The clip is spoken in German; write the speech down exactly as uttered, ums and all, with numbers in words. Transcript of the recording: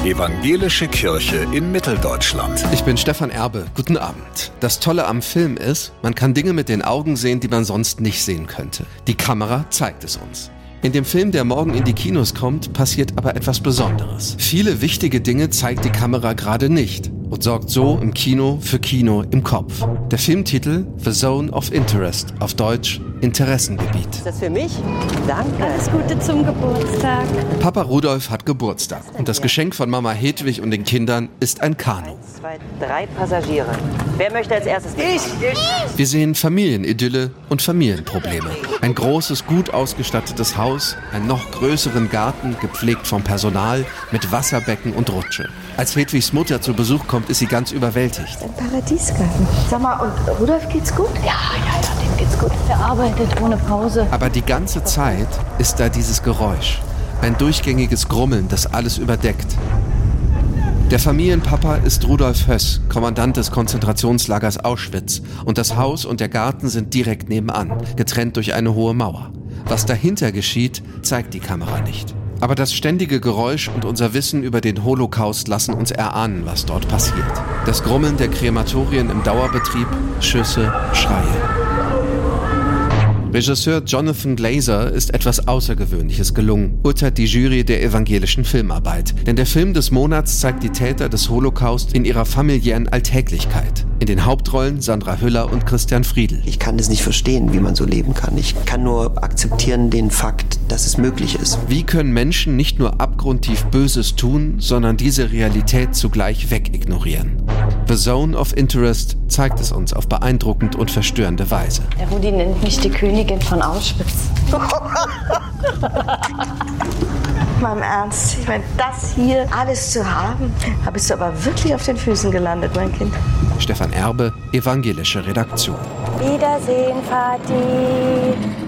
Evangelische Kirche in Mitteldeutschland. Ich bin Stefan Erbe. Guten Abend. Das Tolle am Film ist, man kann Dinge mit den Augen sehen, die man sonst nicht sehen könnte. Die Kamera zeigt es uns. In dem Film, der morgen in die Kinos kommt, passiert aber etwas Besonderes. Viele wichtige Dinge zeigt die Kamera gerade nicht und sorgt so im Kino für Kino im Kopf. Der Filmtitel The Zone of Interest, auf Deutsch Interessengebiet. Ist das für mich? Danke. Alles Gute zum Geburtstag. Papa Rudolf hat Geburtstag und das Geschenk von Mama Hedwig und den Kindern ist ein Kanu. Eins, zwei, drei Passagiere. Wer möchte als erstes? Ich! ich. Wir sehen Familienidylle und Familienprobleme. Ein großes, gut ausgestattetes Haus, einen noch größeren Garten, gepflegt vom Personal, mit Wasserbecken und Rutsche. Als Hedwigs Mutter zu Besuch kommt, ist sie ganz überwältigt. Ein Paradiesgarten. Sag mal, und Rudolf geht's gut? Ja, ja, ja, dem geht's gut. Er arbeitet ohne Pause. Aber die ganze Zeit ist da dieses Geräusch. Ein durchgängiges Grummeln, das alles überdeckt. Der Familienpapa ist Rudolf Höss, Kommandant des Konzentrationslagers Auschwitz. Und das Haus und der Garten sind direkt nebenan, getrennt durch eine hohe Mauer. Was dahinter geschieht, zeigt die Kamera nicht. Aber das ständige Geräusch und unser Wissen über den Holocaust lassen uns erahnen, was dort passiert. Das Grummeln der Krematorien im Dauerbetrieb, Schüsse, Schreie. Regisseur Jonathan Glazer ist etwas Außergewöhnliches gelungen, urteilt die Jury der evangelischen Filmarbeit. Denn der Film des Monats zeigt die Täter des Holocaust in ihrer familiären Alltäglichkeit. In den Hauptrollen Sandra Hüller und Christian Friedl. Ich kann das nicht verstehen, wie man so leben kann. Ich kann nur akzeptieren den Fakt, dass es möglich ist. Wie können Menschen nicht nur abgrundtief Böses tun, sondern diese Realität zugleich wegignorieren? The Zone of Interest zeigt es uns auf beeindruckend und verstörende Weise. Der Rudi nennt mich die Königin von Auschwitz. Mal im Ernst, ich meine, das hier alles zu haben, da bist du aber wirklich auf den Füßen gelandet, mein Kind. Stefan Erbe, evangelische Redaktion. Wiedersehen, Vati.